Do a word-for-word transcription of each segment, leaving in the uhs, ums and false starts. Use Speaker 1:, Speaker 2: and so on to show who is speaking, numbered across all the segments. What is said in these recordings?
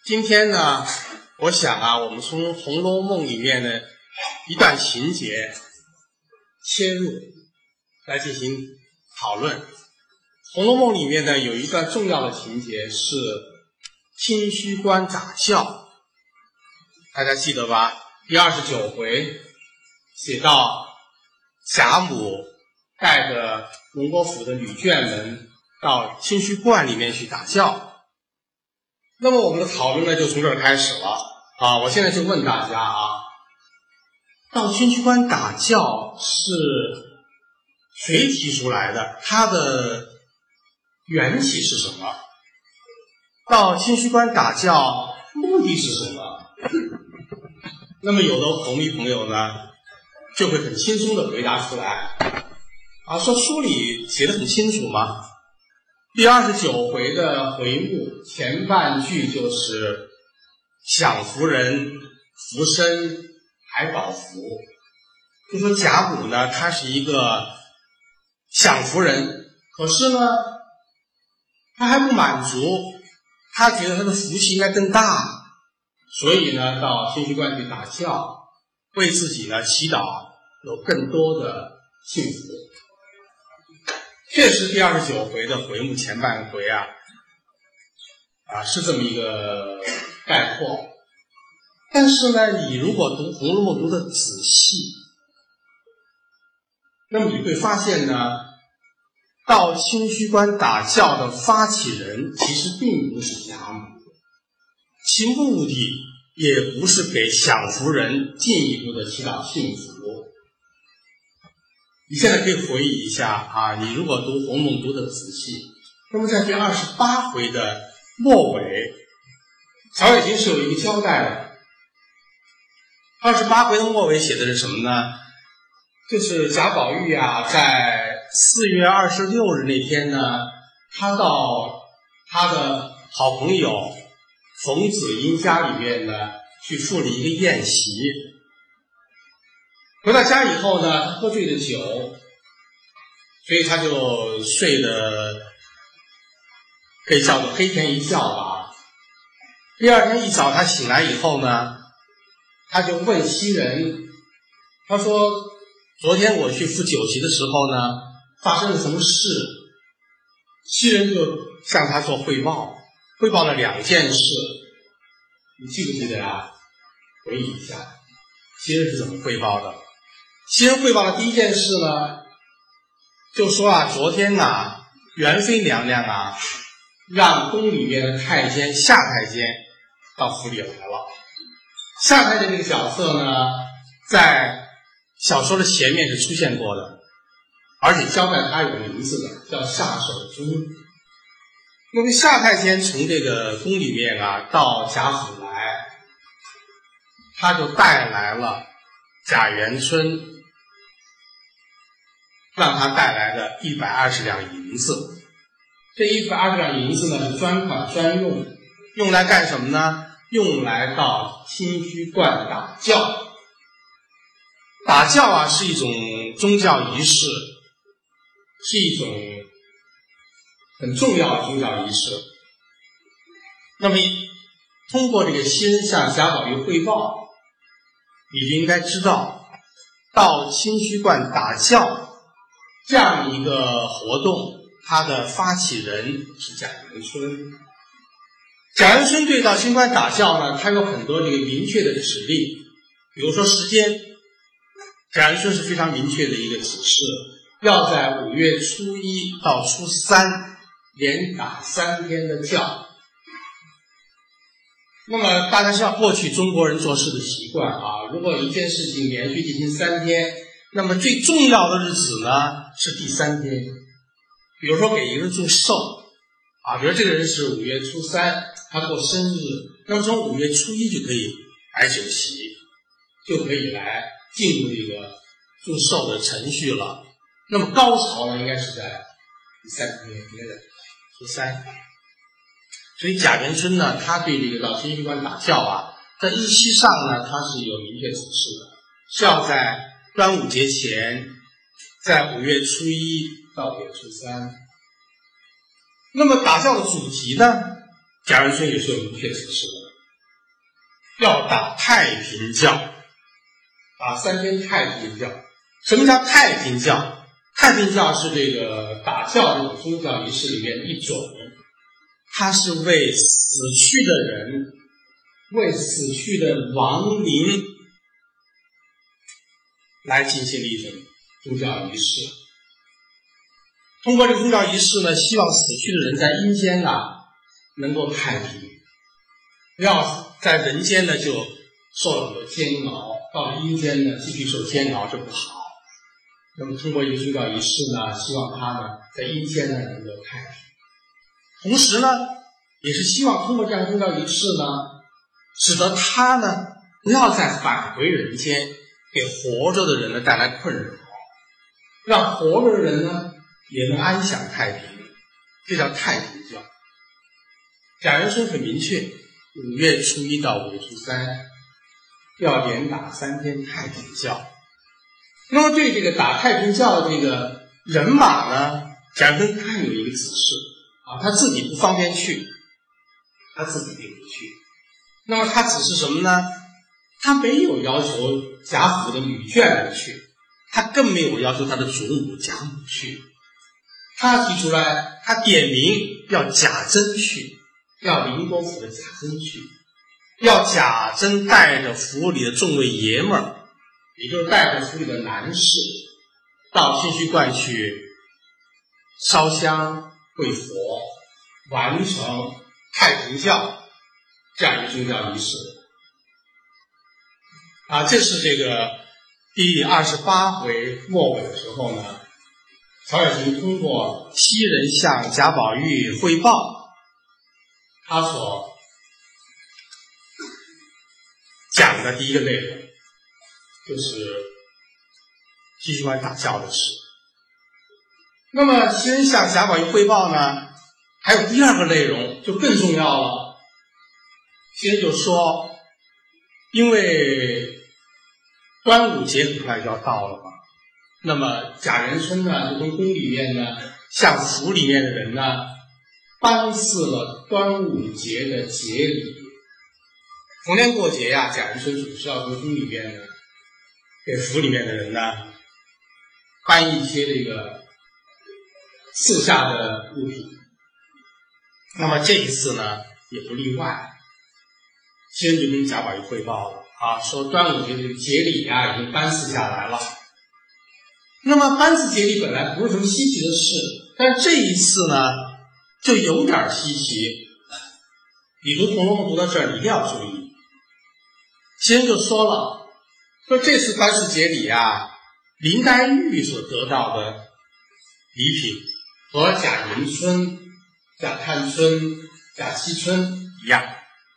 Speaker 1: 今天呢，我想啊，我们从《红楼梦》里面的一段情节切入来进行讨论。《红楼梦》里面呢，有一段重要的情节是清虚观打醮，大家记得吧？第二十九回写到贾母带着荣国府的女眷们到清虚观里面去打醮。那么我们的讨论呢就从这儿开始了啊！我现在就问大家啊，到清虚观打醮是谁提出来的？它的缘起是什么？到清虚观打醮目的是什么？那么有的红衣朋友呢就会很轻松地回答出来啊，说书里写得很清楚嘛。第二十九回的回目前半句就是享福人福生还保福，就说贾母呢她是一个享福人，可是呢她还不满足，她觉得她的福气应该更大，所以呢到清虚观去打醮，为自己呢祈祷有更多的幸福。确实第二十九回的回目前半回啊啊是这么一个概括，但是呢你如果读《红楼梦》读的仔细，那么你会发现呢，到清虚观打醮的发起人其实并不是贾母，其目的也不是给享福人进一步的祈祷幸福。你现在可以回忆一下啊，你如果读《红楼梦》读的仔细，那么在第二十八回的末尾，曹雪芹是有一个交代的。二十八回的末尾写的是什么呢？就是贾宝玉啊，在四月二十六日那天呢，他到他的好朋友冯子英家里面呢去赴了一个宴席。回到家以后呢，他喝醉了酒，所以他就睡得可以叫做黑天一觉吧。第二天一早他醒来以后呢，他就问袭人，他说昨天我去赴酒席的时候呢发生了什么事？袭人就向他做汇报，汇报了两件事，你记不记得啊？回忆一下袭人是怎么汇报的。袭人汇报的第一件事呢，就说啊，昨天啊元妃娘娘啊让宫里面的太监夏太监到府里来了。夏太监这个角色呢在小说的前面是出现过的，而且交代他有名字的，叫夏守尊。那么夏太监从这个宫里面啊到贾府来，他就带来了贾元春让他带来的一百二十两银子。这一百二十两银子呢是专款专用，用来干什么呢？用来到清虚观打醮。打醮啊是一种宗教仪式，是一种很重要的宗教仪式。那么通过这个袭人向贾宝玉汇报，你就应该知道到清虚观打醮这样一个活动，它的发起人是贾元春。贾元春对到清虚观打醮呢，他有很多这个明确的指令，比如说时间，贾元春是非常明确的一个指示，要在五月初一到初三连打三天的醮。那么大家知道过去中国人做事的习惯啊，如果一件事情连续进行三天，那么最重要的日子呢是第三天。比如说给一个人祝寿啊，比如这个人是五月初三他过生日，那么从五月初一就可以摆酒席，就可以来进入这个祝寿的程序了。那么高潮呢应该是在第三天，应该在初三。所以贾元春呢，他对这个到清虚观打醮啊，在日期上呢他是有明确指示的，是要在端午节前，在五月初一到五月初三。那么打醮的主题呢，贾元春也是有明确指示的， 要打太平教，打三天太平教。什么叫太平教？太平教是这个打教这种宗教仪式里面的一种，它是为死去的人，为死去的亡灵来进行的一种宗教仪式。通过这个宗教仪式呢，希望死去的人在阴间呢能够太平，不要在人间呢就受了很多煎熬，到了阴间呢继续受煎熬，这不好。那么通过一个宗教仪式呢，希望他呢在阴间呢能够太平，同时呢也是希望通过这样的宗教仪式呢，使得他呢不要再返回人间，给活着的人呢带来困扰，让活着的人呢也能安享太平，这叫太平教。贾元春很明确，五月初一到五月初三要连打三天太平教。那么对这个打太平教的这个人马呢，贾元春他有一个指示啊，他自己不方便去，他自己并不去。那么他指示什么呢？他没有要求贾府的女眷们去，他更没有要求他的祖母贾母去。他提出来，他点名要贾珍去，要宁国府的贾珍去，要贾珍带着府里的众位爷们儿，也就是带着府里的男士，到清虚观去烧香跪佛，完成太平教这样一个宗教仪式。啊，这是这个第二十八回末尾的时候呢，曹雪芹通过西人向贾宝玉汇报他所讲的第一个内容，就是清虚观打教的事。那么西人向贾宝玉汇报呢，还有第二个内容就更重要了。西人就说，因为端午节很快就要到了嘛，那么贾元春呢就从宫里面呢向府里面的人呢颁赐了端午节的节礼。逢年过节呀，贾元春总是要从宫里面呢给府里面的人呢颁一些这个赐下的物品。那么这一次呢也不例外，西人就跟贾宝玉汇报了啊，说端午节这个节礼啊已经颁赐下来了。那么颁赐节礼本来不是什么稀奇的事，但这一次呢就有点稀奇。你读《红楼梦》读到这儿，你一定要注意。西人就说了，说这次颁赐节礼啊，林黛玉所得到的礼品和贾迎春、贾探春、贾惜春一样。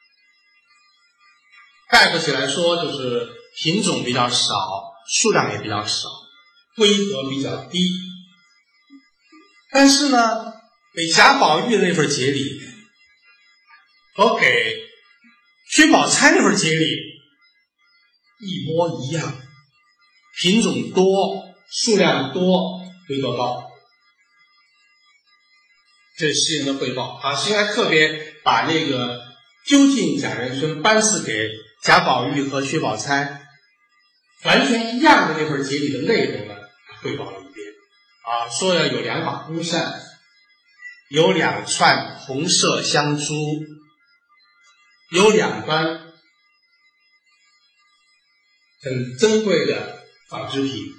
Speaker 1: 概括起来说，就是品种比较少，数量也比较少，规格比较低。但是呢，给贾宝玉的那份节礼和给薛宝钗那份节礼一模一样，品种多，数量多，规格高。这是西人的汇报啊，西人还特别把那个究竟贾元春颁赐给贾宝玉和薛宝钗完全一样的那份节礼的内容呢汇报了一遍啊，说要有两把风扇，有两串红麝香珠，有两端很珍贵的纺织品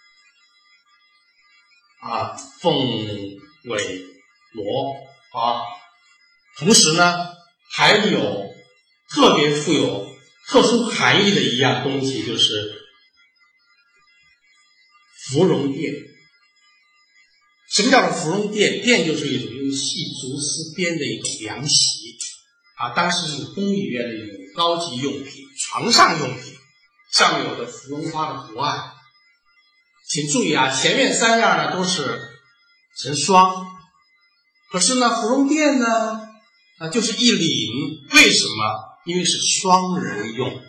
Speaker 1: 啊，凤尾螺啊，同时呢还有特别富有特殊含义的一样东西，就是芙蓉垫。什么叫做芙蓉垫？垫就是一种用细竹丝编的一种凉席啊，当时是宫里面的一种高级用品，床上用品，上面有着芙蓉花的图案。请注意啊，前面三样呢都是成双，可是呢芙蓉垫呢啊就是一领，为什么？因为是双人用。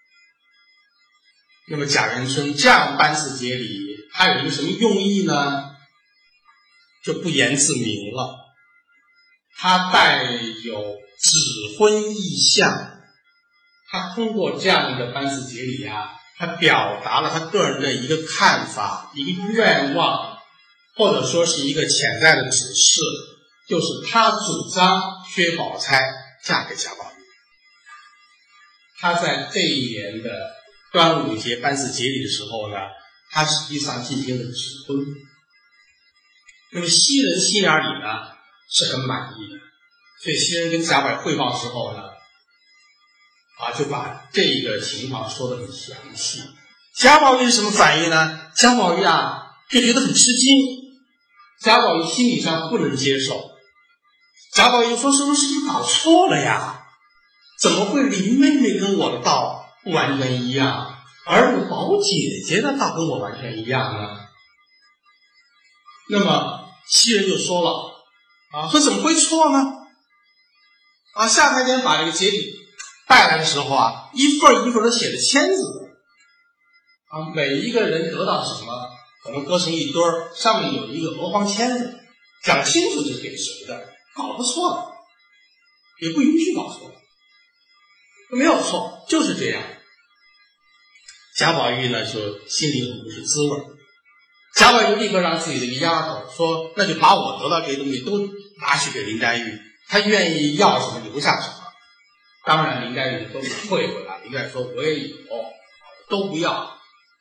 Speaker 1: 那么贾元春这样颁赐节礼，它有一个什么用意呢？就不言自明了。它带有指婚意象， 他通过这样一个班次节礼啊，他表达了他个人的一个看法、一个愿望，或者说是一个潜在的指示，就是他主张薛宝钗嫁给贾宝玉。他在这一年的端午节班次节礼的时候呢，他实际上进行了指婚。那么袭人心眼里呢是很满意的，所以袭人跟贾宝玉汇报之后呢，啊，就把这个情况说得很详细。贾宝玉是什么反应呢？贾宝玉啊就觉得很吃惊，贾宝玉心理上不能接受。贾宝玉说：“是不是你搞错了呀？怎么会林妹妹跟我的道不完全一样，而我宝姐姐的道跟我完全一样呢？”那么袭人就说了啊，说怎么会错呢？啊，下台前把这个节礼带来的时候啊，一份一份的写着签字啊，每一个人得到什么，可能搁成一堆儿，上面有一个鹅黄签子，讲清楚是给谁的，搞不错的，也不允许搞错的，没有错，就是这样。贾宝玉呢，就心里很不是滋味。贾宝玉立刻让自己的一个丫头说，那就把我得到这些东西都拿去给林黛玉，她愿意要什么留下什么。当然林黛玉都退回来，林黛玉说我也有，都不要。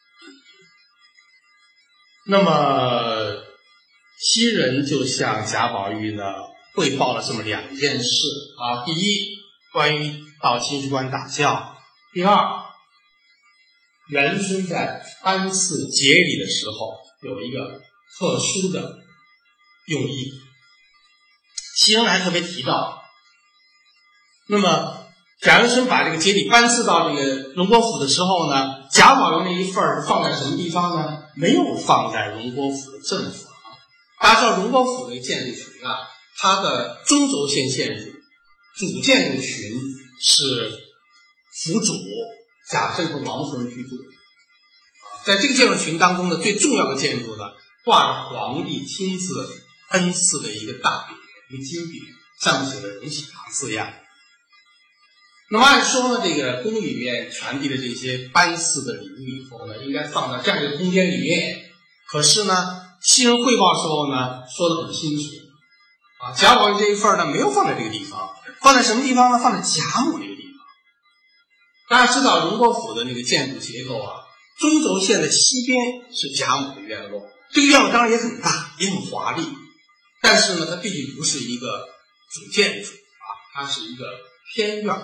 Speaker 1: 那么袭人就向贾宝玉呢汇报了这么两件事啊，第一，关于到清虚观打醮；第二，元孙在班次节礼的时候有一个特殊的用意。袭人还特别提到，那么贾元孙把这个节礼班次到这个荣国府的时候呢，贾宝玉那一份放在什么地方呢？没有放在荣国府的正房。大家知道荣国府的建筑群啊，它的中轴线建筑主建筑群是府主贾政和王夫人居住。在这个建筑群当中的最重要的建筑呢，挂着皇帝亲自恩赐的一个大匾，一个金匾，上面写的荣禧堂字样。那么按说呢，这个宫里面传递的这些班次的礼物以后呢，应该放到这样一个空间里面。可是呢，袭人汇报的时候呢，说得很清楚啊，贾宝玉这一份呢没有放在这个地方，放在什么地方呢？放在贾母这个地方。大家知道荣国府的那个建筑结构啊，中轴线的西边是贾母的院落，这个院落当然也很大，也很华丽，但是呢，它毕竟不是一个主建筑啊，它是一个偏院。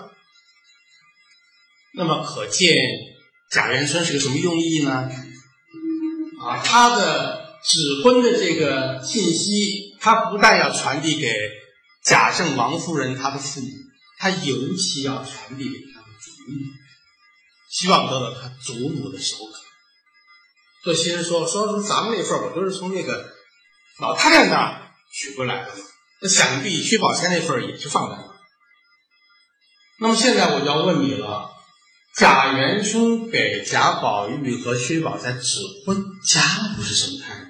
Speaker 1: 那么可见贾元孙是个什么用意呢？啊，他的指婚的这个信息，他不但要传递给贾政、王夫人他的父母，他尤其要传递给他的祖母，希望得到他祖母的首肯。所以袭人说说说咱们那份我都是从那个老太太那儿取回来的嘛，那想必薛宝钗那份也是放在那儿。那么现在我就要问你了，贾元春给贾宝玉和薛宝钗指婚，贾母是什么态度？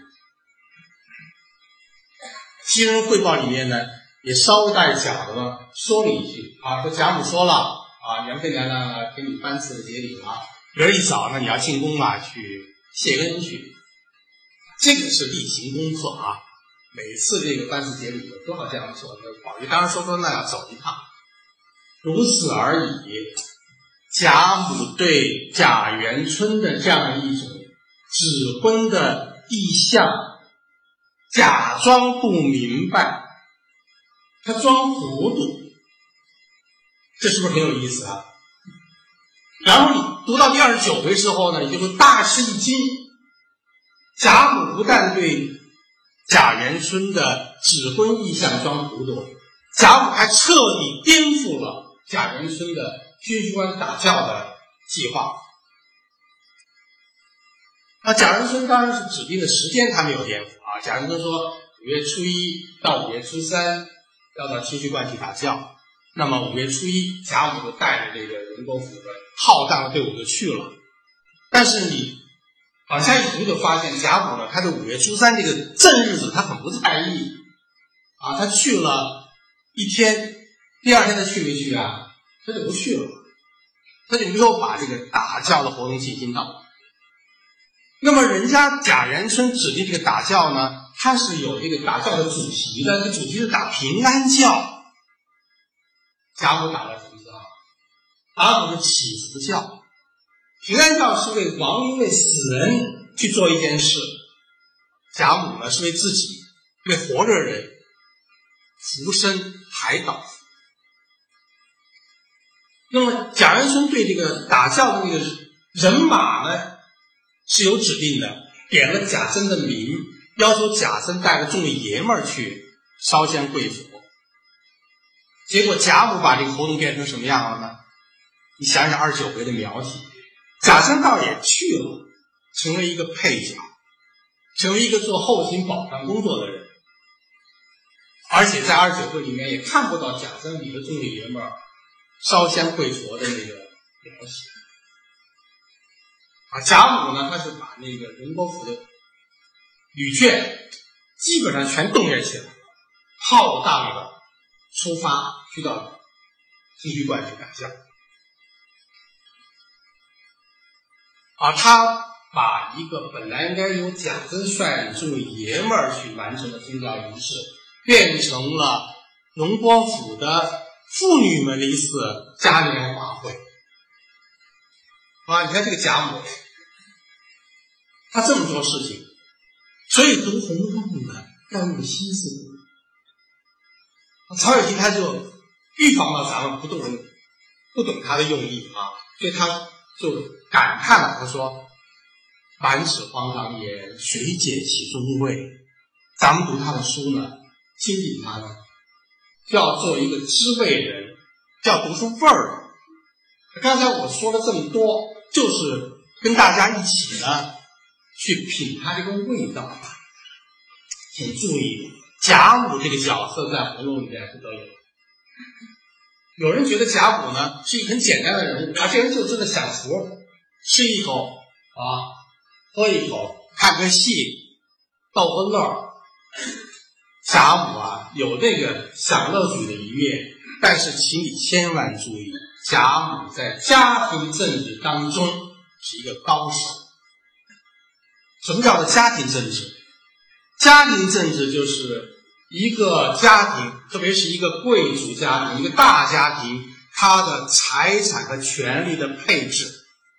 Speaker 1: 袭人汇报里面呢，也稍带脚的呢说了一句啊，说贾母说了啊，娘妃娘娘呢给你班次的节礼了，明儿一早呢你要进宫啊去谢恩去，这个是例行功课啊，每次这个班次节礼都要这样做。宝玉当然说说那要走一趟，如此而已。贾母对贾元春的这样一种指婚的意向，假装不明白，他装糊涂，这是不是很有意思啊？然后你读到第二十九回之后呢，你就会大吃一惊。贾母不但对贾元春的指婚意向装糊涂，贾母还彻底颠覆了贾元春的清虚观打醮的计划。那贾元春当然是指定的时间他没有颠覆啊，贾元春说五月初一到五月初三要到清虚观去打醮，那么五月初一贾母就带着这个荣国府的浩荡的队伍就去了。但是你往下一读就发现贾母呢，他对五月初三这个正日子他很不在意啊，他去了一天，第二天他去没去啊？他就不去了。 他就没有把这个打醮的活动进行到。那么人家贾元春指定这个打醮呢，它是有这个打醮的主题的，这个主题是打平安醮。贾母打了什么醮？打的是祈福醮。平安醮是为亡灵、为死人去做一件事，贾母呢是为自己、为活着人福生海岛。那么贾元春对这个打醮的那个人马呢是有指定的，点了贾珍的名，要求贾珍带着众爷们儿去烧香跪佛。结果贾母把这个活动变成什么样了呢？你想想二十九回的描写，贾珍倒也去了，成为一个配角，成为一个做后勤保障工作的人，而且在二十九回里面也看不到贾珍里的众爷们儿烧香跪佛的那个描写。啊，贾母呢，他是把那个荣国府的女眷基本上全动员起来了，浩荡的出发去到清虚观去打醮。啊，他把一个本来应该由贾珍率领众爷们儿去完成的宗教仪式，变成了荣国府的妇女们的一次嘉年华会。啊，你看这个贾母，他这么多事情，所以读《红楼梦》的要用心思读。曹雪芹他就预防了咱们不懂不懂他的用意啊，所以他就感叹了，他说：“满纸荒唐言，谁解其中味？”咱们读他的书呢，亲近他呢，就要做一个知味人，就要读出味儿来。刚才我说了这么多，就是跟大家一起呢去品它这个味道。请注意，贾母这个角色在《红楼梦》里面不得有。有人觉得贾母呢是一个很简单的人物，啊，这人就知道享福，吃一口啊，喝一口，看个戏，逗个乐。贾母啊有那个享乐主的一面，但是请你千万注意，贾母在家庭政治当中是一个高手。什么叫做家庭政治？家庭政治就是一个家庭，特别是一个贵族家庭，一个大家庭，它的财产和权力的配置，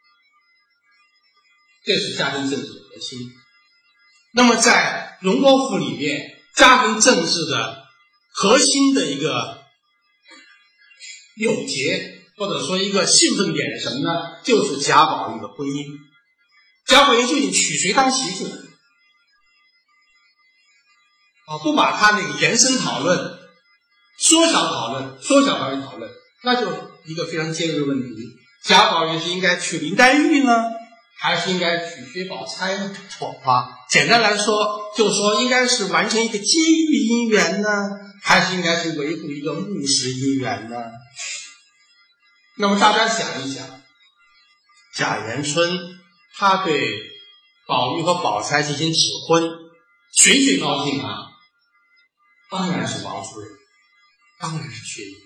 Speaker 1: 这是家庭政治的核心。那么在荣国府里面，家庭政治的核心的一个纽结，或者说一个兴奋点是什么呢？就是贾宝玉的婚姻。贾宝玉究竟娶谁当媳妇？啊，不把他那个延伸讨论、缩小讨论、缩小讨论讨论，那就一个非常尖锐的问题：贾宝玉是应该娶林黛玉呢，还是应该娶薛宝钗呢？啊，简单来说，就说应该是完成一个金玉姻缘呢，还是应该是维护一个木石姻缘呢？那么大家想一想，贾元春他对宝玉和宝钗进行指婚，谁最高兴啊？当然是王夫人，当然是薛姨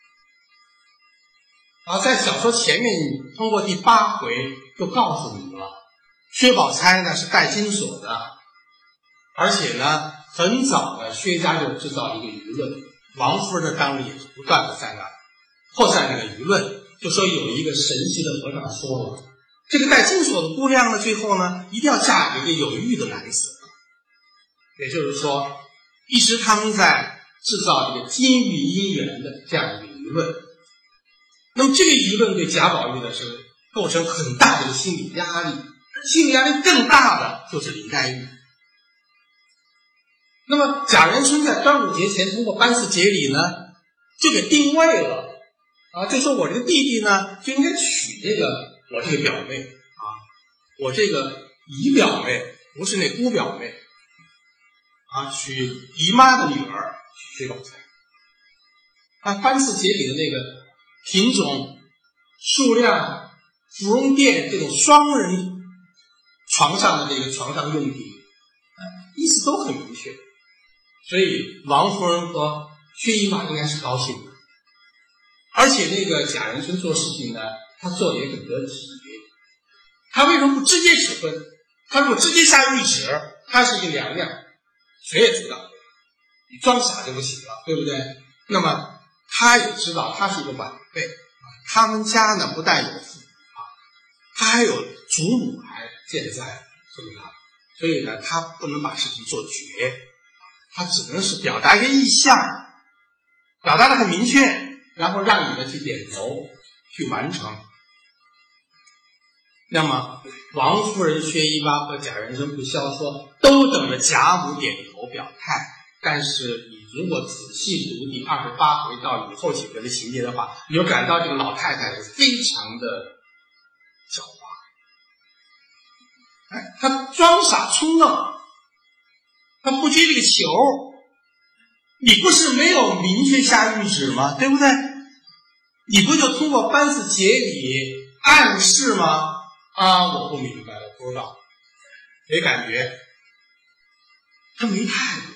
Speaker 1: 妈。啊，在小说前面通过第八回就告诉你了，薛宝钗呢是戴金锁的，而且呢很早的薛家就制造一个舆论，王夫人呢当然也是不断的在那扩散这个舆论，就说有一个神奇的和尚说了，这个戴金锁的姑娘呢最后呢一定要嫁给一个有玉的男子，也就是说一直他们在制造这个金玉姻缘的这样一个舆论。那么这个舆论对贾宝玉呢是构成很大的心理压力，心理压力更大的就是林黛玉。那么贾元春在端午节前通过班次节礼呢就给定位了啊，就说我这个弟弟呢就应该娶这个我这个表妹啊，我这个姨表妹，不是那姑表妹啊，娶姨妈的女儿，娶薛宝钗。啊，班次节礼的那个品种、数量、芙蓉殿这种双人床上的这个床上用品，意思都很明确。所以王夫人和薛姨妈应该是高兴的。 而且那个贾元春做事情呢，他做的也很得体。他为什么不直接指挥？他如果直接下谕旨，他是一个娘娘，谁也知道，你装傻就不行了，对不对？那么他也知道他是一个晚辈，他们家呢不但有父啊，他还有祖母还健在，是不是？所以呢，他不能把事情做绝，他只能是表达一个意向，表达的很明确，然后让你们去点头去完成。那么王夫人、薛姨妈和贾元春、不消说都等着贾母点头表态，但是你如果仔细读第二十八回到以后几回的情节的话，你就感到这个老太太是非常的狡猾。哎，她装傻充愣，她不接这个球，你不是没有明确下谕旨吗？对不对？你不就通过班次节礼暗示吗？啊，我不明白，我不知道，没感觉，他没态度。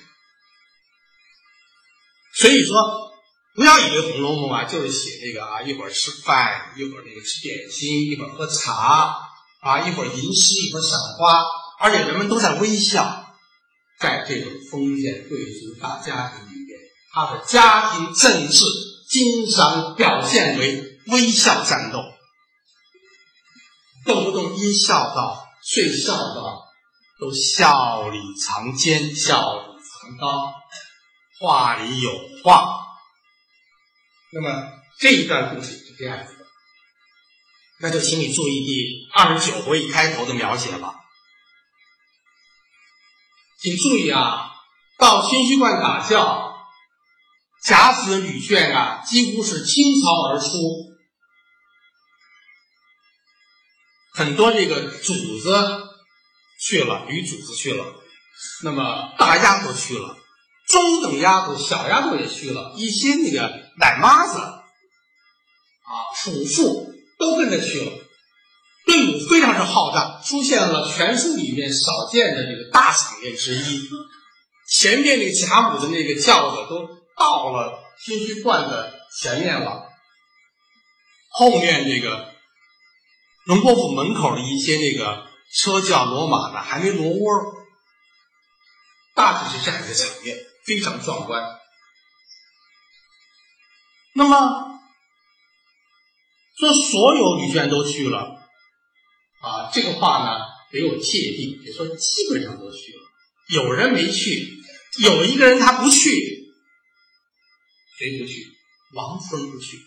Speaker 1: 所以说，不要以为《红楼梦》啊就是写这个啊，一会儿吃饭，一会儿那个吃点心，一会儿喝茶啊，一会儿吟诗，一会儿赏花，而且人们都在微笑。在这种封建贵族大家庭里面，他的家庭政治经常表现为微笑战斗。动不动因笑道、睡笑道，都笑里藏奸，笑里藏刀，话里有话。那么这一段故事是这样子的，那就请你注意第二十九回一开头的描写吧。请注意啊，到清虚观打醮，贾府女眷啊，几乎是倾巢而出。很多这个主子去了，女主子去了，那么大丫头去了，中等丫头、小丫头也去了，一些那个奶妈子啊、叔父都跟着去了，队伍非常之浩大，出现了全书里面少见的这个大场面之一。前面那个贾母的那个轿子都到了清虚观的前面了，后面这个荣国府门口的一些那个车轿骡马呢还没挪窝，大致是这样一个场面，非常壮观。那么说所有女眷都去了啊，这个话呢得有界定，也说基本上都去了，有人没去，有一个人他不去，谁不去？王夫人不去。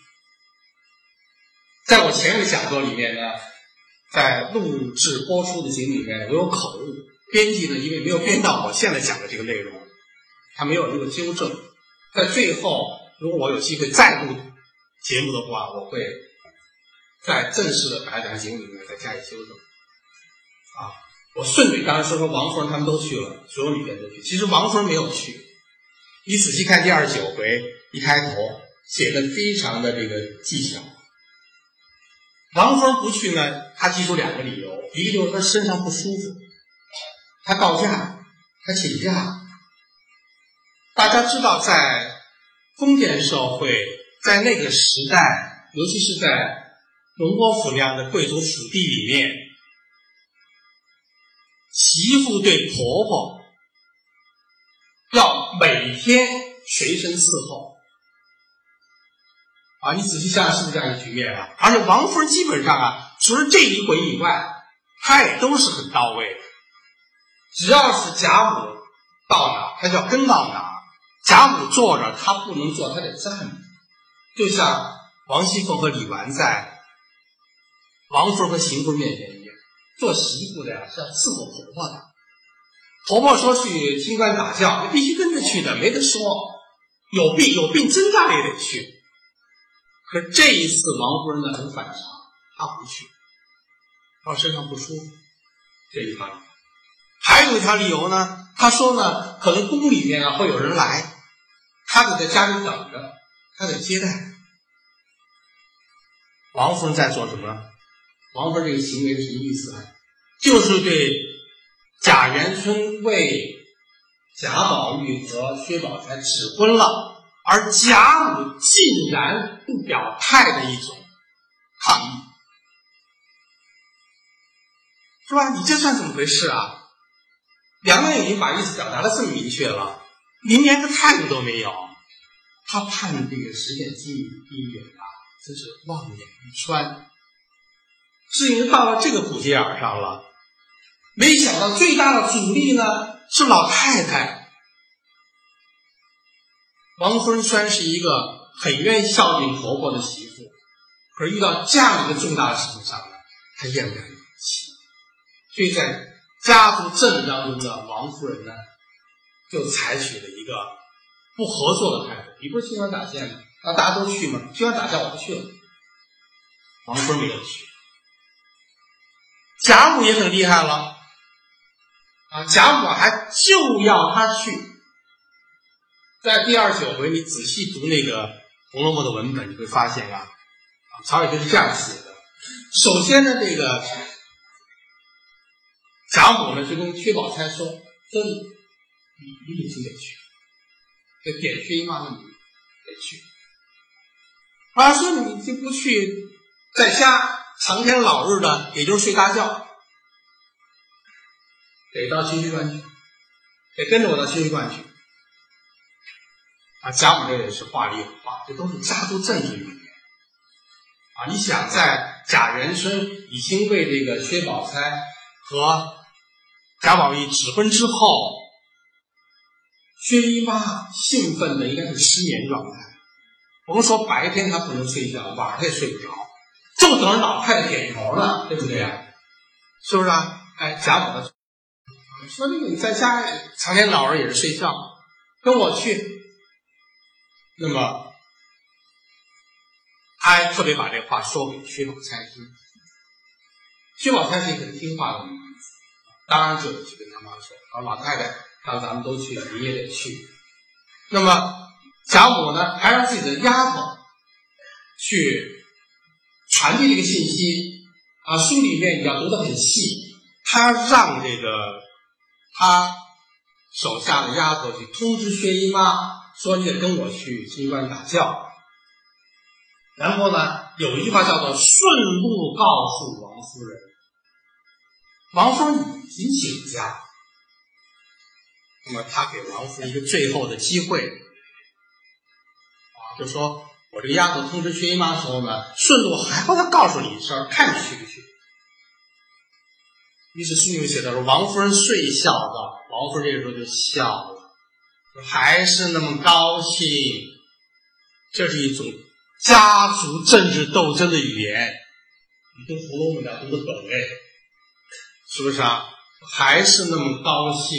Speaker 1: 在我前面的讲座里面呢，在录制播出的节目里面，我有口误，编辑呢因为没有编到我现在讲的这个内容，他没有这个纠正。在最后，如果我有机会再录节目的话，我会在正式的白讲节目里面再加以修正。啊，我顺嘴当时说说王夫人他们都去了，所有女眷都去，其实王夫人没有去。你仔细看第二十九回一开头写的非常的这个技巧。王夫人不去呢，她提出两个理由，一个就是她身上不舒服，她告假，她请假。大家知道，在封建社会，在那个时代，尤其是在荣国府那样的贵族府地里面，媳妇对婆婆要每天随身伺候啊，你仔细想想是不是这样一个局面啊？而且王夫人基本上啊，除了这一回以外，她也都是很到位的。只要是贾母到哪，她就要跟到哪。贾母坐着，她不能坐，她得站着。就像王熙凤和李纨在王夫人和邢夫人面前一样，做媳妇的呀是要伺候婆婆的。婆婆说去清官打醮，必须跟着去的，没得说。有病有病真大也得去。可这一次王夫人呢很反常，她不去，她身上不舒服，这一方面。还有一条理由呢，她说呢，可能宫里面啊会有人来，她得在家里等着，她得接待。王夫人在做什么呢？王夫人这个行为是什么意思呢？就是对贾元春为贾宝玉和薛宝钗指婚了， 而贾母竟然不表态的一种抗议，是吧？你这算怎么回事啊？梁亮已经把意思表达的这么明确了，您连个态度都没有，他判这个实践机密远啊，真是望眼欲穿。事情到了这个谷节眼上了，没想到最大的阻力呢是老太太。王夫人虽然是一个很愿意孝敬婆婆的媳妇，可是遇到这样一个重大的事情上呢，她厌不了语气，所以在家族政当中的王夫人呢，就采取了一个不合作的态度。你不是新官打线吗？让大家都去吗？新官打线我不去了。王夫人没有去。贾母也很厉害了啊！贾母还就要他去。在第二十九回，你仔细读那个《红楼梦》的文本，你会发现啊，曹雪芹是这样写的。首先呢，这个贾母呢就跟薛宝钗说：“说你你你母亲得去，得点薛姨妈的女得去。啊，说你就不去，在家长天老日的，也就是睡大觉，得到清虚观去，得跟着我到清虚观去。”啊，贾母这也是话里有话，这都是家族政治语言啊！你想，在贾元春已经为这个薛宝钗和贾宝玉指婚之后，薛姨妈兴奋的应该是失眠状态。我们说白天她不能睡觉，晚上她也睡不着，就等着老太太点头呢，对不对啊？是不是啊？哎，贾母呢说这个你在家长天老日也是睡觉，跟我去。那么他还特别把这话说给薛宝钗听。薛宝钗是一个很听话的女孩子，当然就去跟他妈说：“啊，老太太让咱们都去，你也得去。”那么贾母呢，还让自己的丫头去传递这个信息啊。书里面你要读得很细，他让这个他手下的丫头去通知薛姨妈。说你得跟我去清官打教，然后呢，有一句话叫做顺路告诉王夫人。王夫人已经请假，那么他给王夫人一个最后的机会啊，就说我这个丫头通知薛姨妈的时候呢，顺路还帮她告诉你一声，看你去不去。于是书里面写的说，王夫人睡笑道，王夫人这个时候就笑了。还是那么高兴，这是一种家族政治斗争的语言，你读《红楼梦》要读得懂哎，是不是啊？还是那么高兴，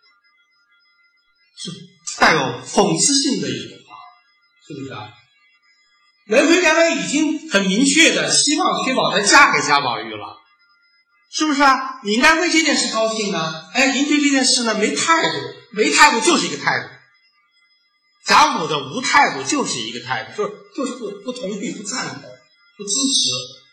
Speaker 1: 是带有讽刺性的一种话，是不是啊？元妃娘娘已经很明确的希望薛宝钗嫁给贾宝玉了，是不是啊？你应该为这件事高兴啊！哎，您对这件事呢没态度。没态度就是一个态度，贾母的无态度就是一个态度，就是就是不不同意、不赞同、不支持。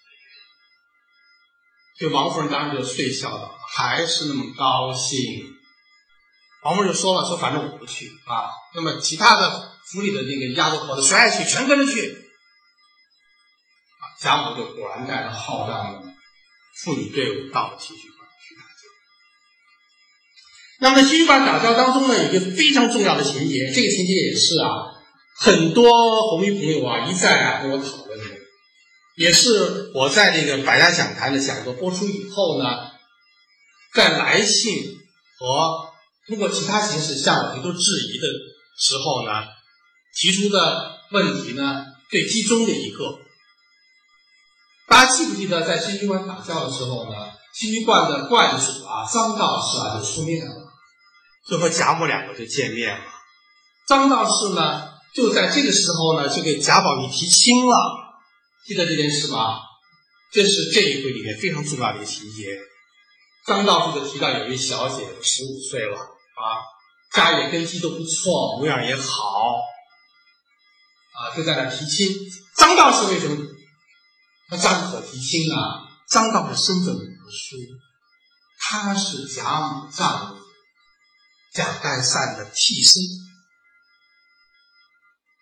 Speaker 1: 所以王夫人当时就睡笑道：“还是那么高兴。”王夫人就说了：“说反正我不去啊，那么其他的府里的这个丫头婆子谁爱去，全跟着去。”啊，贾母就果然带着浩荡的妇女队伍到了清虚观去打教。那么在清虚观打教当中呢，有一个非常重要的情节，这个情节也是啊，很多红衣朋友啊一再啊跟我讨论的，也是我在这个百家讲坛的讲座播出以后呢，在来信和通过其他形式向我提出质疑的时候呢，提出的问题呢最集中的一个。大家记不记得在清虚观打教的时候呢，清虚观的观主啊张道士啊就出面了，就和贾母两个就见面了。张道士呢就在这个时候呢就给贾宝玉提亲了，记得这件事吧？这是这一回里面非常重要的一个情节。张道士就提到有一位小姐十五岁了啊，家业根基都不错，模样也好啊，就在那提亲。张道士为什么他张可提亲啊？张道士身份特殊，他是贾母丈夫贾代善的替身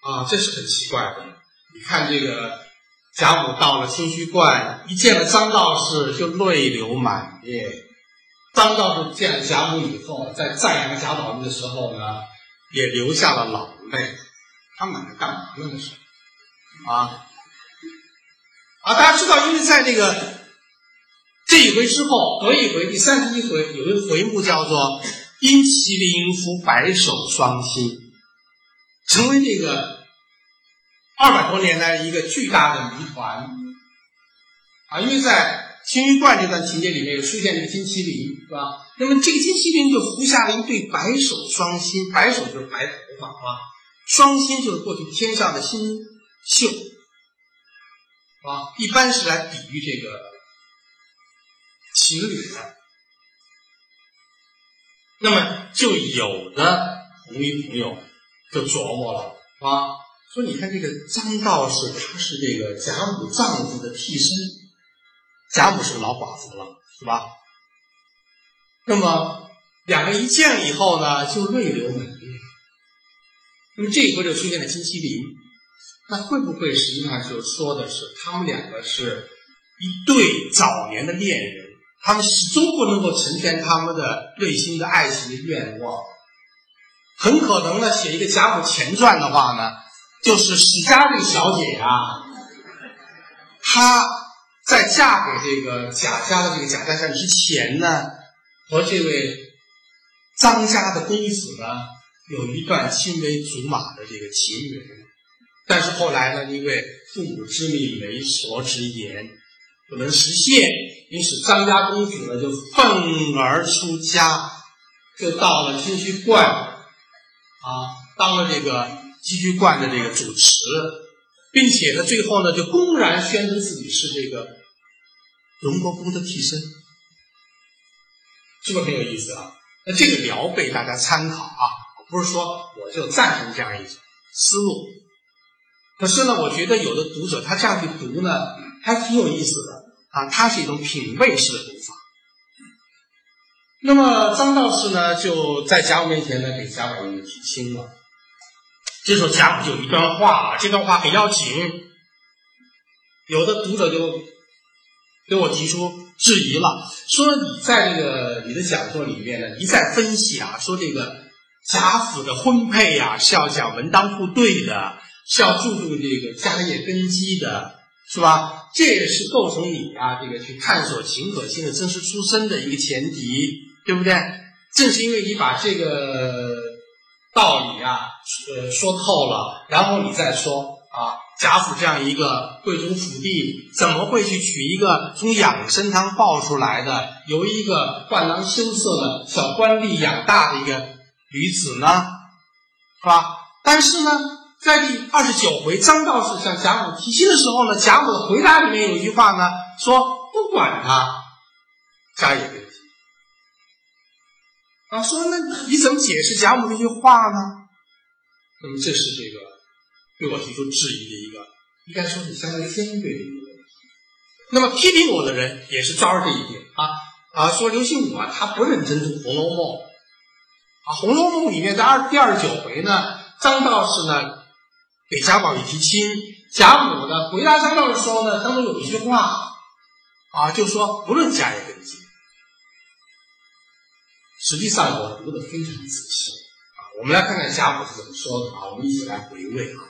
Speaker 1: 啊，这是很奇怪的。你看这个贾母到了清虚观，一见了张道士就泪流满面。张道士见了贾母以后，在赞扬贾宝玉的时候呢，也流下了老泪。他们两个干嘛呢？那是啊啊！大家知道，因为在这个这一回之后，隔一回第三十一回有一个回目叫做“因麒麟伏白首双星”，成为这个二百多年来一个巨大的谜团啊！因为在清虚观这段情节里面有出现这个金麒麟，是吧？那么这个金麒麟就伏下了一对白首双星，白首就是白头发啊，双星就是过去天上的星宿啊，一般是来比喻这个情侣的。那么就有的红衣朋友就琢磨了啊，说你看这个张道士他是这个贾母丈夫的替身，贾母是个老寡妇了，是吧？那么两个一见了以后呢，就泪流满面。那么这一回就出现了金麒麟，那会不会实际上就说的是他们两个是一对早年的恋人，他们始终不能够成全他们的内心的爱情的愿望？很可能呢，写一个贾母前传的话呢，就是史家这个小姐呀、啊，她在嫁给这个贾家的这个贾家山之前呢，和这位张家的公子呢有一段青梅竹马的这个情缘，但是后来呢，因为父母之命、媒妁之言不能实现，因此张家公子呢就愤而出家，就到了清虚观啊，当了这个清虚观的这个主持，并且呢最后呢就公然宣称自己是这个荣国公的替身，是不是很有意思啊？那这个描被大家参考啊，不是说我就赞成这样一种思路。可是呢，我觉得有的读者他这样去读呢，还挺有意思的啊，它是一种品味式的读法。那么张道士呢，就在贾母面前呢给贾宝玉提亲了。这时候贾母就有一段话，这段话很要紧，有的读者就给我提出质疑了，说你在这个你的讲座里面呢一再分析啊，说这个贾府的婚配啊是要讲门当户对的，是要注重这个家业根基的，是吧？这也是构成你啊这个去探索秦可卿的真实出身的一个前提，对不对？正是因为你把这个道理啊呃说透了，然后你再说啊贾府这样一个贵族府邸怎么会去娶一个从养生堂抱出来的由一个冠囊羞涩的小官吏养大的一个女子呢，是吧？但是呢在第二十九回张道士向贾母提亲的时候呢，贾母的回答里面有一句话呢，说不管他家业根基啊，说那你怎么解释贾母这句话呢？那么这是这个对我提出质疑的一个应该说是相当尖锐的一个问题。那么批评我的人也是照着这一点啊啊，说刘心武啊他不认真读《红楼梦》啊，《红楼梦》里面在二第二十九回呢，张道士呢给贾宝玉提亲，贾母呢回答张道士的时候呢，当中有一句话啊，就说不论家业根基。实际上我读得非常仔细啊，我们来看看贾母是怎么说的啊，我们一起来回味啊。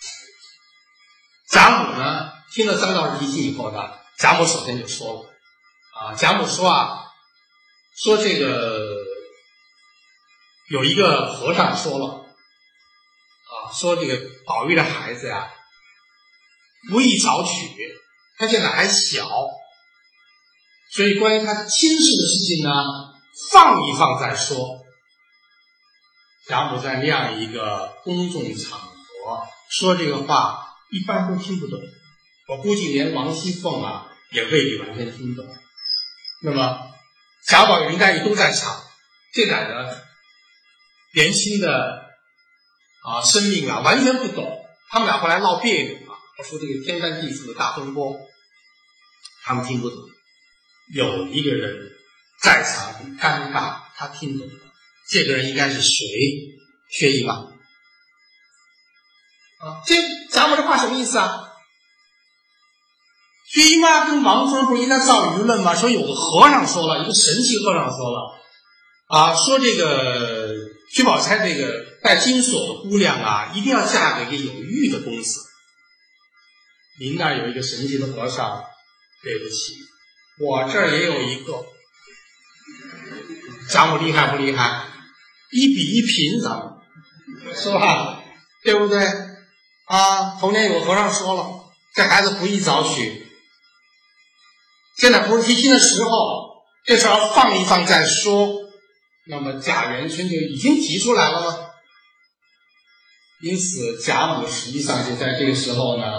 Speaker 1: 贾母呢听了张道士提亲以后呢，贾母首先就说了啊，贾母说啊，说这个有一个和尚说了啊，说这个宝玉的孩子呀不宜早娶，他现在还小，所以关于他亲事的事情呢放一放再说。贾母在那样一个公众场合说这个话一般都听不懂，我估计连王熙凤啊也未必完全听懂。那么贾宝玉、林黛玉都在场，这两个年轻的啊生命啊完全不懂，他们俩后来闹别扭啊，说这个天翻地覆的大风波，他们听不懂。有一个人在场很尴尬，他听懂了，这个人应该是谁？薛姨妈啊，这贾母这话什么意思啊？薛姨妈跟王夫人不是应该造舆论吗？说有个和尚说了，一个神奇和尚说了啊，说这个薛宝钗这个戴金锁的姑娘啊，一定要嫁给一个有玉的公子。您那儿有一个神奇的和尚，对不起，我这儿也有一个。贾母厉害不厉害？一比一平，咱们是吧？对不对？啊，头年有个和尚说了，这孩子不宜早娶，现在不是提亲的时候，这事儿放一放再说。那么贾元春就已经提出来了吗？因此贾母实际上就在这个时候呢，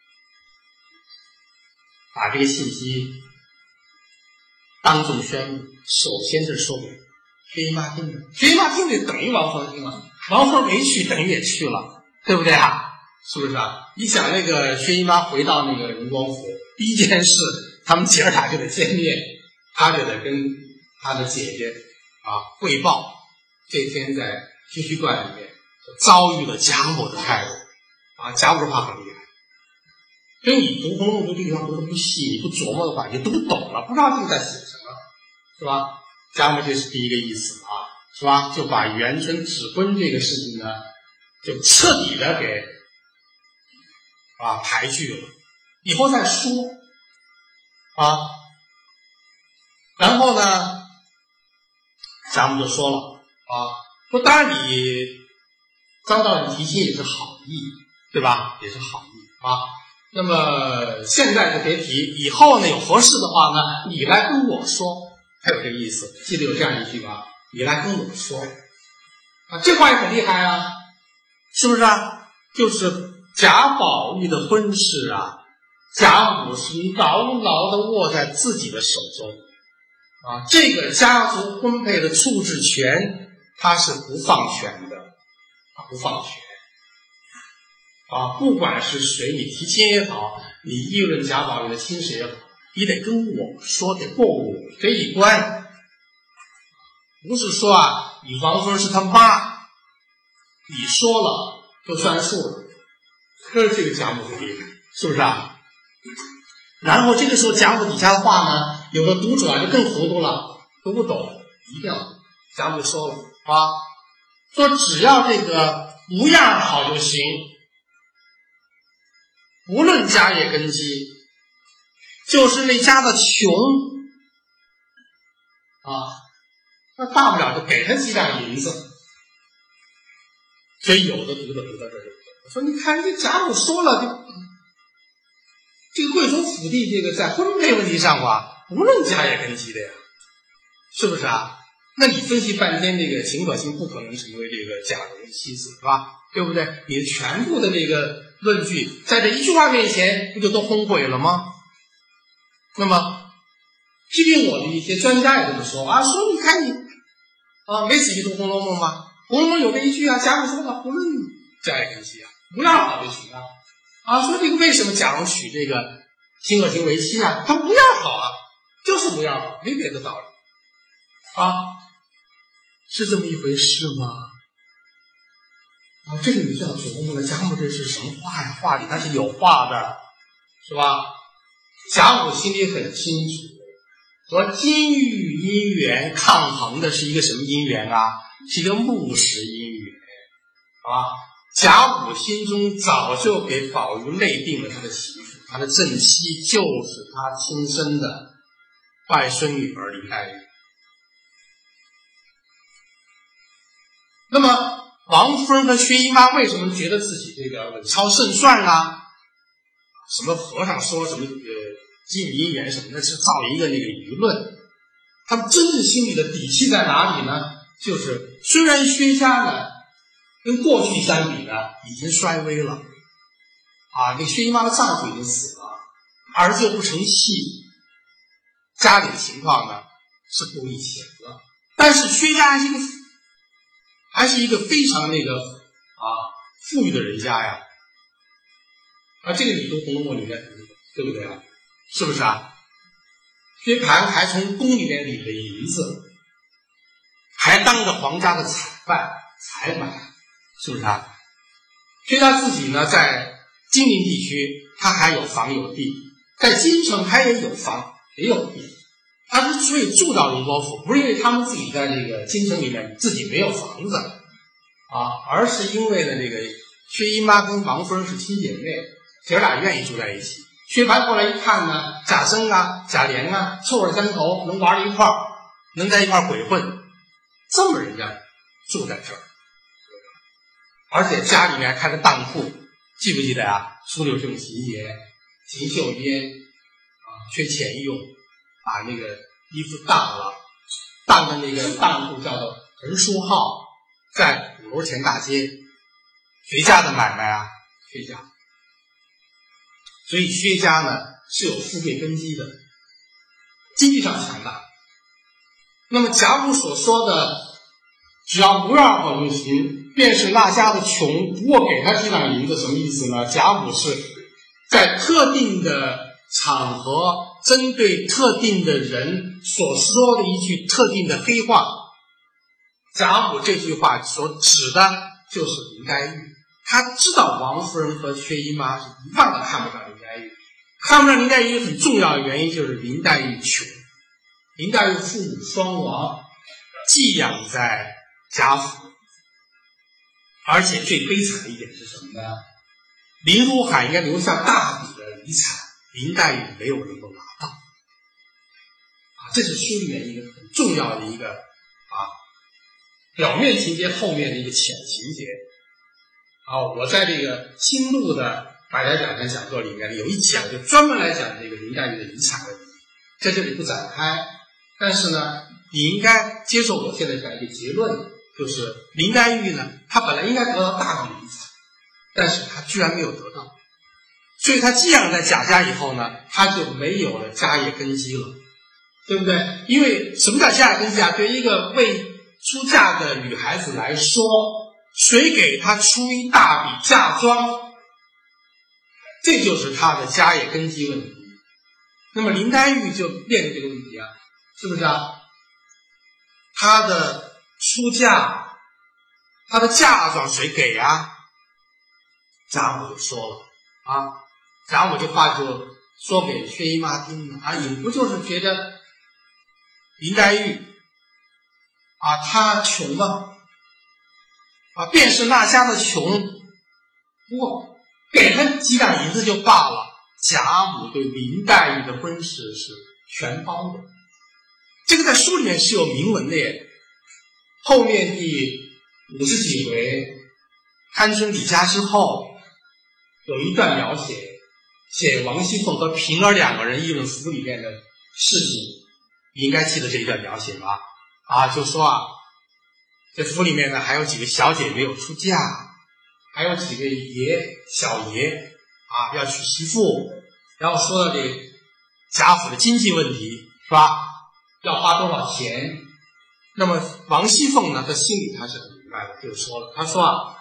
Speaker 1: 把这个信息当众宣布。首先是说给薛姨妈听的，薛姨妈听的等于王夫人听了，王夫人没去等于也去了，对不对啊？是不是啊？你想那个薛姨妈回到那个荣光府，第一件事他们姐儿俩就得见面，她就得跟她的姐姐啊汇报这天在清虚观里面遭遇了贾母的态度啊。贾母这话很厉害，所以你读《红楼梦》这个地方读的不细，你不琢磨的话，你读不懂了，不知道这个在写什么，是吧？贾母这是第一个意思啊，是吧？就把元春指婚这个事情呢，就彻底的给啊排拒了，以后再说啊。然后呢，贾母就说了啊，说当然你张道人提亲也是好意，对吧？也是好意啊。那么现在就别提，以后呢有合适的话呢，你来跟我说，还有这个意思。记得有这样一句吧，你来跟我说啊，这话也很厉害啊，是不是啊？就是贾宝玉的婚事啊，贾母是牢牢地握在自己的手中啊，这个家族婚配的处置权，他是不放权的，他不放权。啊，不管是谁，你提亲也好，你议论贾宝玉的亲事也好，你得跟我说，得过我这一关。不是说啊，你王夫人是他妈，你说了就算数了。这这个贾母很厉害，是不是啊？然后这个时候贾母底下的话呢，有的读者就更糊涂了，读不懂，一定要贾母说了啊，说只要这个模样好就行。无论家业根基，就是那家的穷啊，那大不了就给他几两银子。所以有的读者读到这里，说你看这贾母说了，就这个贵族府地这个在婚配问题上吧，无论家业根基的呀，是不是啊？那你分析半天，这个秦可卿不可能成为这个贾蓉的妻子，是吧？对不对？你全部的这个论据在这一句话面前不就都轰毁了吗？那么批评我的一些专家也这么说啊，说你看你啊没仔细读《红楼梦》吗？《红楼梦》有这一句啊，贾母说的不论家业根基啊，不要好就行啊。啊，说这个为什么贾蓉娶这个秦可卿为妻啊？他不要好啊，就是不要好，没别的道理啊，是这么一回事吗？啊，这个你就要琢磨了，贾母这是什么话呀？话里他是有话的，是吧？贾母心里很清楚，说金玉姻缘抗衡的是一个什么姻缘啊？是一个木石姻缘啊！贾母心中早就给宝玉内定了他的媳妇，他的正妻就是他亲生的外孙女儿林黛玉。那么王夫人和薛姨妈为什么觉得自己这个稳操胜算啊？什么和尚说什么呃金玉姻缘什么的，是造一个那个舆论。他们真正心里的底气在哪里呢？就是虽然薛家呢跟过去相比呢已经衰微了啊，那薛姨妈的丈夫已经死了，儿子又不成器，家里的情况呢是不如以前了，但是薛家还是一个还是一个非常那个啊富裕的人家呀，啊这个你读《红楼梦》里面对不对啊？是不是啊？薛蟠还从宫里面领了银子，还当着皇家的采办采买，是不是啊？ 所以他自己呢，在金陵地区他还有房有地，在京城他也有房也有地。他之所以住到宁国府，不是因为他们自己在这个京城里面自己没有房子啊，而是因为呢，这个薛姨妈跟王夫人是亲姐妹，姐俩愿意住在一起。薛蟠过来一看呢，贾珍啊、贾琏啊，臭味相投，能玩在一块儿，能在一块儿鬼混，这么人家住在这儿，而且家里面还开着当铺，记不记得啊？书里有这种情节，秦秀烟啊，缺钱用，把那个衣服当了，当的那个当铺叫做横书号，在鼓楼前大街，谁家的买卖啊？薛家。所以薛家呢是有富贵根基的，经济上强大。那么贾母所说的只要不让好就行，便是那家的穷，不过给他几两银子，什么意思呢？贾母是在特定的场合针对特定的人所说的一句特定的黑话。贾母这句话所指的就是林黛玉，他知道王夫人和薛姨妈是一样的看不上林黛玉，看不上林黛玉很重要的原因就是林黛玉穷。林黛玉父母双亡，寄养在贾府，而且最悲惨的一点是什么呢？林如海应该留下大笔的遗产，林黛玉没有能够拿到啊，这是书里面一个很重要的一个啊表面情节后面的一个浅情节啊。我在这个新录的百家讲坛讲座里面有一讲就专门来讲这个林黛玉的遗产问题，在这里不展开，但是呢你应该接受我现在讲一个结论，就是林黛玉呢她本来应该得到大笔的遗产，但是她居然没有得到，所以她寄养在贾家以后呢，她就没有了家业根基了，对不对？因为什么叫家业根基啊？对一个未出嫁的女孩子来说，谁给她出一大笔嫁妆，这就是她的家业根基问题。那么林黛玉就面对这个问题啊，是不是啊？她的出嫁，她的嫁妆谁给啊？贾母就说了啊，贾母这话就说给薛姨妈听了啊，你不就是觉得林黛玉啊她穷吗？啊，便是那家的穷，不过给她几两银子就罢了。贾母对林黛玉的婚事是全包的，这个在书里面是有明文的耶。后面第五十几回探春离家之后，有一段描写，写王熙凤和平儿两个人议论府里面的事情，你应该记得这一段描写吧？啊，就说啊，这府里面呢还有几个小姐没有出嫁，还有几个爷小爷啊要娶媳妇，然后说到这个贾府的经济问题，是吧？要花多少钱？那么王熙凤呢，她心里她是很明白的，就说了，她说啊，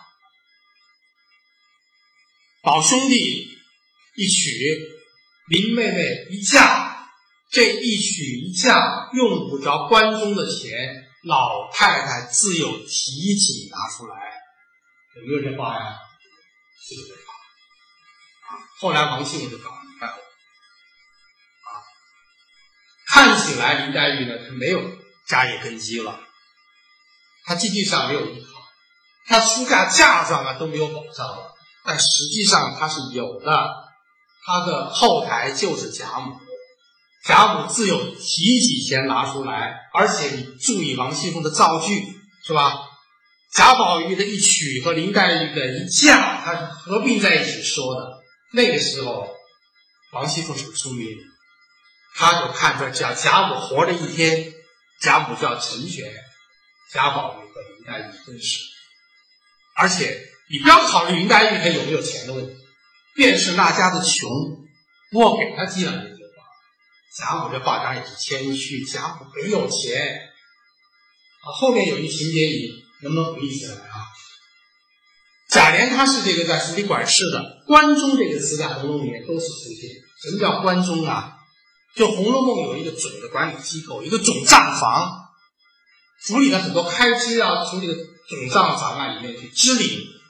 Speaker 1: 宝兄弟一娶，林妹妹一嫁，这一娶一嫁用不着关中的钱，老太太自有提起拿出来。有没有这话呀？是有这话啊。后来王熙凤就搞明白了啊，看起来林黛玉呢，她没有家业根基了，她经济上没有依靠，她出嫁嫁妆啊都没有保障了，但实际上她是有的，她的后台就是贾母，贾母自有提几钱拿出来，而且你注意王熙凤的造句，是吧？贾宝玉的一娶和林黛玉的一嫁，它是合并在一起说的。那个时候王熙凤是聪明的，他就看出来，只要贾母活着一天，贾母就要成全贾宝玉和林黛玉的婚事。而且你不要考虑林黛玉她有没有钱的问题，便是那家的穷，不过给他几两银子就罢。贾母这话当然也是谦虚，贾母没有钱啊。后面有一情节你能不能回忆起来啊？贾琏他是这个在府里管事的，关中这个词在《红楼梦》里面都是出现。什么叫关中啊？就《红楼梦》有一个总的管理机构，一个总账房，府里的很多开支要从这个总账房啊里面去支领，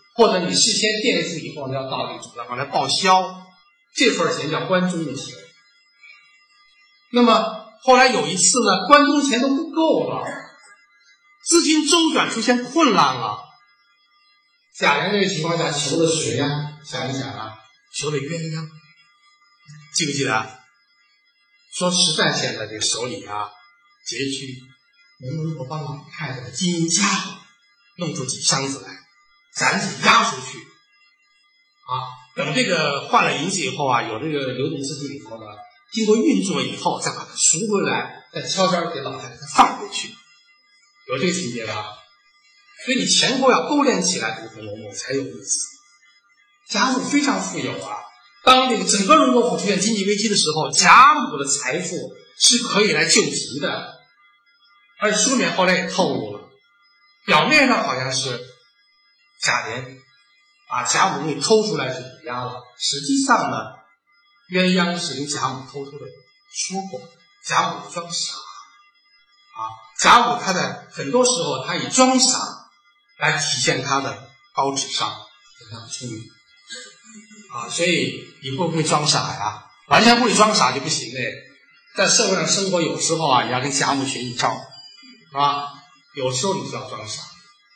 Speaker 1: 或者你事先垫付以后呢，要到这个主账房来报销，这份钱叫关中的钱。那么后来有一次呢，关中钱都不够了，资金周转出现困难了。贾琏这个情况下求了谁呀、啊？想一想啊，求了鸳鸯，记不记得？说实在现在这个手里啊拮据，能不能够帮老太太的金银家弄出几箱子来，赶紧押出去啊！等这个换了银子以后啊，有这个流动资金以后呢，经过运作以后，再把它赎回来，再悄悄给老太太放回去，有这个情节吧？所以你前后要勾连起来读《红楼梦》才有意思。贾母非常富有啊，当这个整个荣国府出现经济危机的时候，贾母的财富是可以来救急的。而且书里面后来也透露了，表面上好像是贾琏把贾母给偷出来是抵押了，实际上呢，鸳鸯是跟贾母偷偷的说过，贾母装傻啊，贾母她的很多时候她以装傻来体现她的高智商，非常聪明啊，所以你会不会装傻呀？完全不会装傻就不行嘞。在社会上生活，有时候啊，也要跟贾母学一招，是吧？有时候你就要装傻。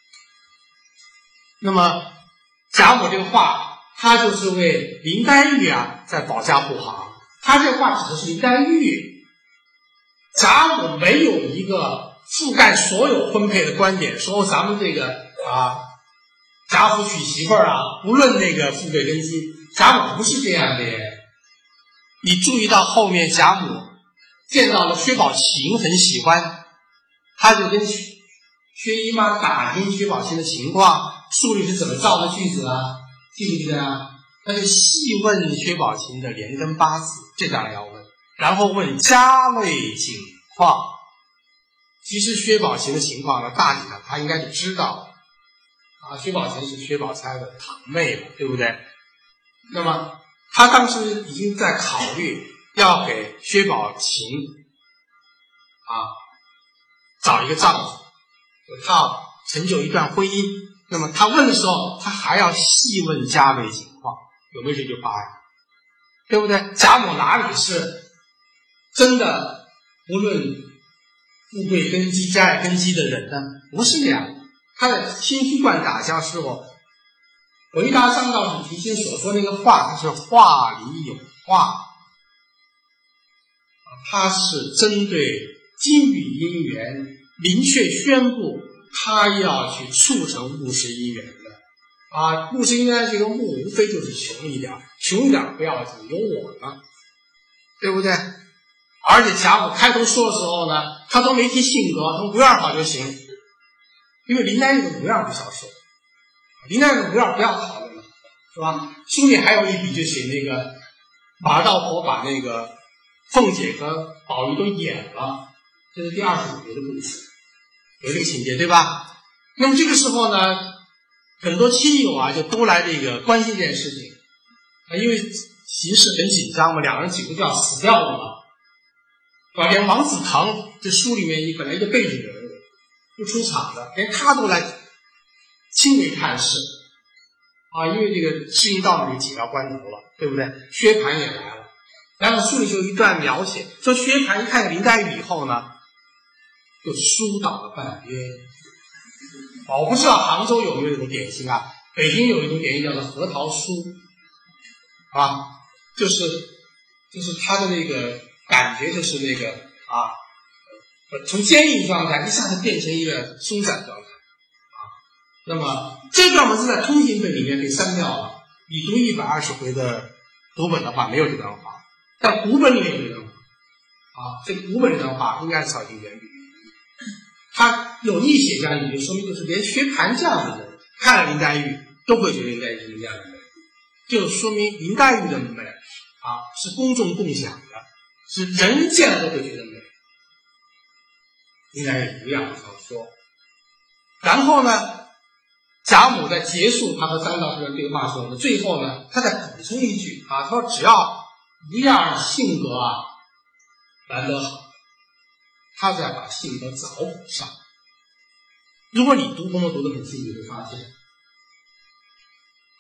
Speaker 1: 那么贾母这个话，她就是为林黛玉啊在保驾护航。她这话指的是林黛玉，贾母没有一个覆盖所有婚配的观点，说咱们这个啊贾府娶媳妇儿啊，不论那个富贵根基，贾母不是这样的耶。你注意到后面贾母见到了薛宝琴很喜欢，他就跟薛姨妈打听薛宝琴的情况，书里是怎么造的句子啊？记不记得啊？他就细问薛宝琴的连根八字，这当然要问，然后问家内景况。其实薛宝琴的情况呢，大体上他应该是知道啊，薛宝琴是薛宝钗的堂妹嘛，对不对？那么他当时已经在考虑要给薛宝琴啊找一个丈夫，他要成就一段婚姻。那么他问的时候，他还要细问家内情况，有没有这句话呀？对不对？贾母哪里是真的不论富贵根基、家爱根基的人呢？不是这样。他在清虚观打消时候回答张道士提亲所说那个话，他是话里有话，他是针对金玉姻缘明确宣布他要去促成务实姻缘的啊，务实姻缘这个务无非就是穷一点，穷一点不要紧，有我呢，对不对？而且贾母开头说的时候呢，他都没提性格，他模样好就行，因为林黛玉的模样不消受，林黛玉的模样不要讨论了，是吧？书里还有一笔就写那个马道婆把那个凤姐和宝玉都演了，这是第二十五节的故事，有这个情节对吧？那么这个时候呢，很多亲友啊就都来这个关心这件事情啊，因为形势很紧张嘛，两个人几乎就要死掉了嘛，是吧？连王子腾这书里面一本来一个背景人物不出场的，连他都来亲为探视啊，因为这个事情到了紧要关头了，对不对？薛蟠也来了，然后书里就有一段描写，说薛蟠一看见林黛玉以后呢，就疏导了半边。我不知道杭州有没有这种点心啊，北京有一种点心叫做核桃酥啊，就是就是它的那个感觉就是那个啊，从坚硬状态一下子变成一个松散状态啊。那么这段文字在通行本里面被删掉了，你读一百二十回的读本的话没有这段话，但古本里面有这段话啊，这古本这段话应该是曹金元笔。他有意写这样一句，说明就是连薛蟠这样的人看了林黛玉都会觉得林黛玉是这样的美，就说明林黛玉的美啊是公众共享的，是人见了都会觉得美。林黛玉不要好说。然后呢，贾母在结束他和张道士的对话时候呢，最后呢，他再补充一句啊，他说只要一样性格啊难得好，他再把性格找补上。如果你读红楼读得很细，你会发现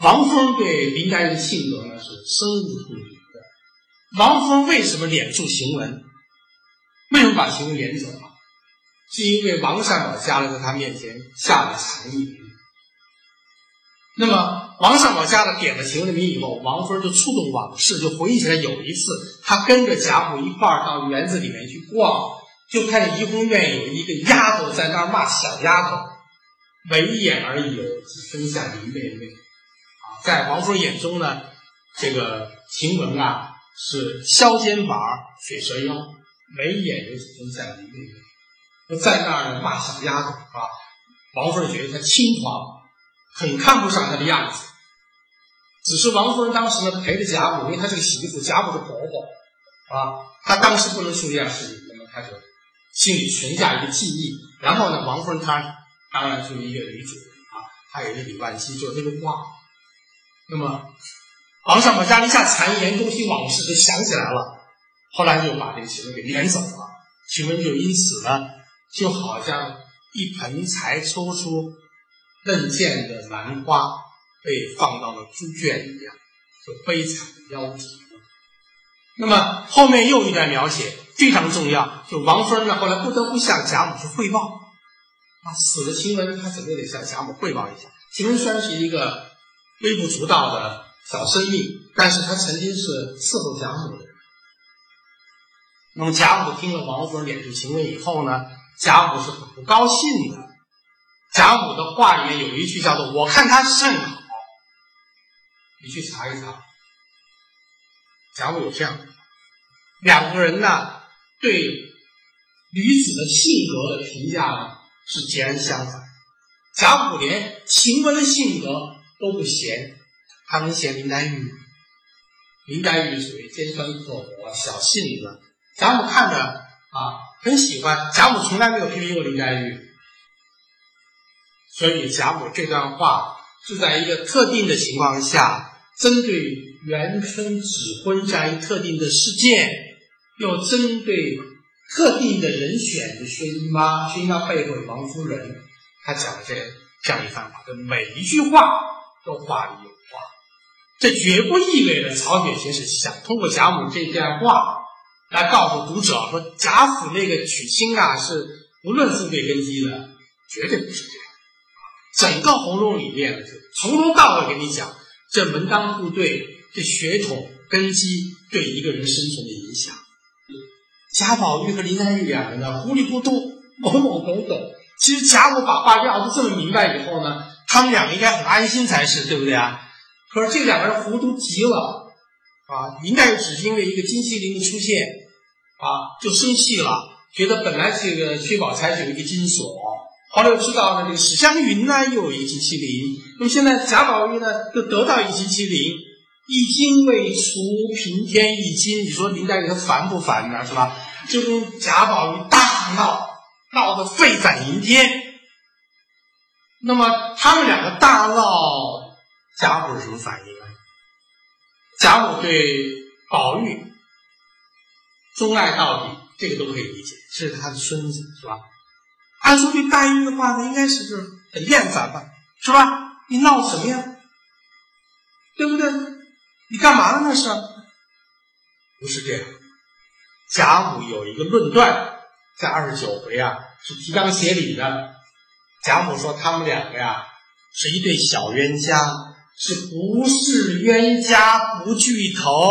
Speaker 1: 王峰对林黛玉的性格呢是深恶痛绝的。王峰为什么撵住晴雯？为什么把晴雯撵走了？是因为王善保家了在他面前下了谗言。那么王善保家了点了晴雯的名以后，王峰就触动往事，就回忆起来有一次他跟着贾母一块儿到园子里面去逛，就看见怡红院有一个丫头在那儿骂小丫头，眉眼而有，几分像林妹妹。在王峰眼中呢，这个晴雯啊是削肩膀水蛇腰，眉眼有几分像林妹妹，在那儿骂小丫头啊。王峰觉得她轻狂，很看不上她的样子。只是王夫人当时呢陪着贾母，因为她是个媳妇，贾母是婆婆啊，她当时不能做这样事情，那么她就心里存下一个记忆。然后呢，王夫人她当然就是一个女主人啊，她也是李万基做这个话。那么王善保家里一下谗言，勾起往事，就想起来了，后来就把这个晴雯给撵走了。晴雯就因此呢，就好像一盆才抽出嫩见的兰花被放到了猪圈一样，就悲惨的夭折了。那么后面又一段描写非常重要，就王夫人呢后来不得不向贾母去汇报啊，死了晴雯，她怎么也得向贾母汇报一下。晴雯虽然是一个微不足道的小生命，但是她曾经是伺候贾母的人。那么贾母听了王夫人撵住晴雯以后呢，贾母是很不高兴的。贾母的话里面有一句叫做我看他甚好，你去查一查。贾母有这样，两个人呢对女子的性格的评价呢是截然相反。贾母连晴雯的性格都不嫌，他能嫌林黛玉？林黛玉属于尖酸刻薄小性子，贾母看着啊很喜欢，贾母从来没有批评过林黛玉。所以贾母这段话是在一个特定的情况下，针对元春指婚这样一个特定的事件，又针对特定的人选的薛姨妈，薛姨妈背后的王夫人，他讲了这这样一番话，这每一句话都话里有话。这绝不意味着曹雪芹是想通过贾母这段话来告诉读者说贾府那个娶亲啊是无论富贵根基的，绝对不是这样。整个红楼里面从头到尾给你讲这门当户对，这血统根基对一个人生存的影响。贾宝玉和林黛玉两人呢糊里糊涂懵懵懂懂，其实贾母把话撂得这么明白以后呢，他们两个应该很安心才是，对不对啊？可是这两个人糊涂极了啊！林黛玉只是因为一个金麒麟的出现啊就生气了，觉得本来这个薛宝钗是有一个金锁，后来又知道呢，这个史湘云呢又有一个金麒麟，那么现在贾宝玉呢就得到一个金麒麟，一金未除，平添一金。你说林黛玉她烦不烦呢？是吧？就跟贾宝玉大闹，闹得沸反盈天。那么他们两个大闹，贾母是什么反应啊？贾母对宝玉钟爱到底，这个都可以理解，这是他的孙子，是吧？按说对黛玉的话呢，应该是就是很厌烦吧，是吧？你闹什么呀？对不对？你干嘛呢？那是不是这样？贾母有一个论断，在二十九回啊，是提纲挈领的。贾母说他们两个呀是一对小冤家，是不是冤家不聚头？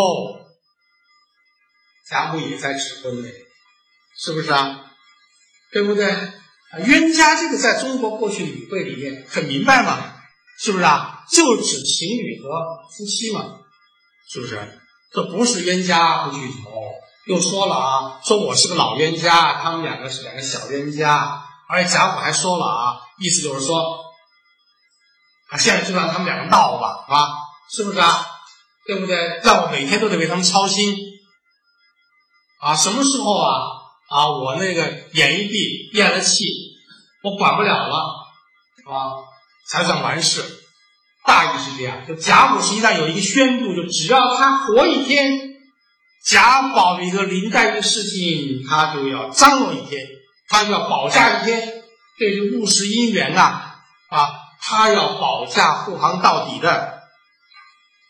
Speaker 1: 贾母也在指婚呢，是不是啊？对不对？冤家这个在中国过去语汇里面很明白嘛，是不是啊？就指情侣和夫妻嘛，是不是？这不是冤家不聚头。又说了啊，说我是个老冤家，他们两个是两个小冤家，而且贾母还说了啊，意思就是说啊，现在就让他们两个闹吧，啊，是不是啊？对不对？让我每天都得为他们操心啊，什么时候啊啊，我那个眼一闭咽了气，我管不了了啊，才算完事。大意是这样，就贾母实际上有一个宣布，就只要他活一天，贾宝玉和林黛玉的事情他就要张罗一天，他就要保驾一天，这就务实姻缘啊啊，他要保驾护航到底的。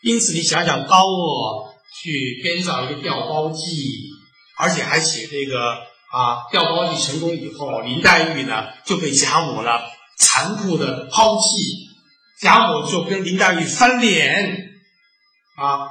Speaker 1: 因此，你想想高鹗去编造一个调包计，而且还写这个啊调包计成功以后，林黛玉呢就被贾母呢残酷的抛弃，贾母就跟林黛玉翻脸啊，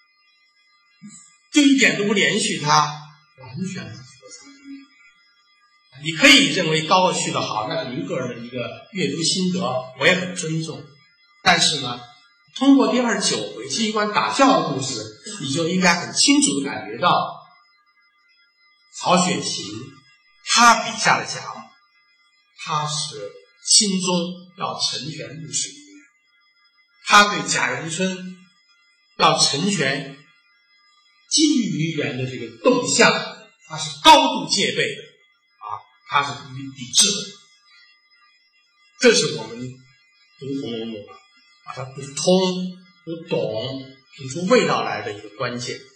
Speaker 1: 就一点都不怜恤她，完全不合常理。你可以认为高鹗去得好，那是您个人的一个阅读心得，我也很尊重。但是呢，通过第二十九回西关打教的故事，你就应该很清楚的感觉到，曹雪芹他笔下的贾母，他是心中要成全陆氏一员，他对贾元春要成全金鱼园的这个动向，他是高度戒备的啊，他是抵制的。这是我们读《红楼梦》把它读通、读懂、品出味道来的一个关键。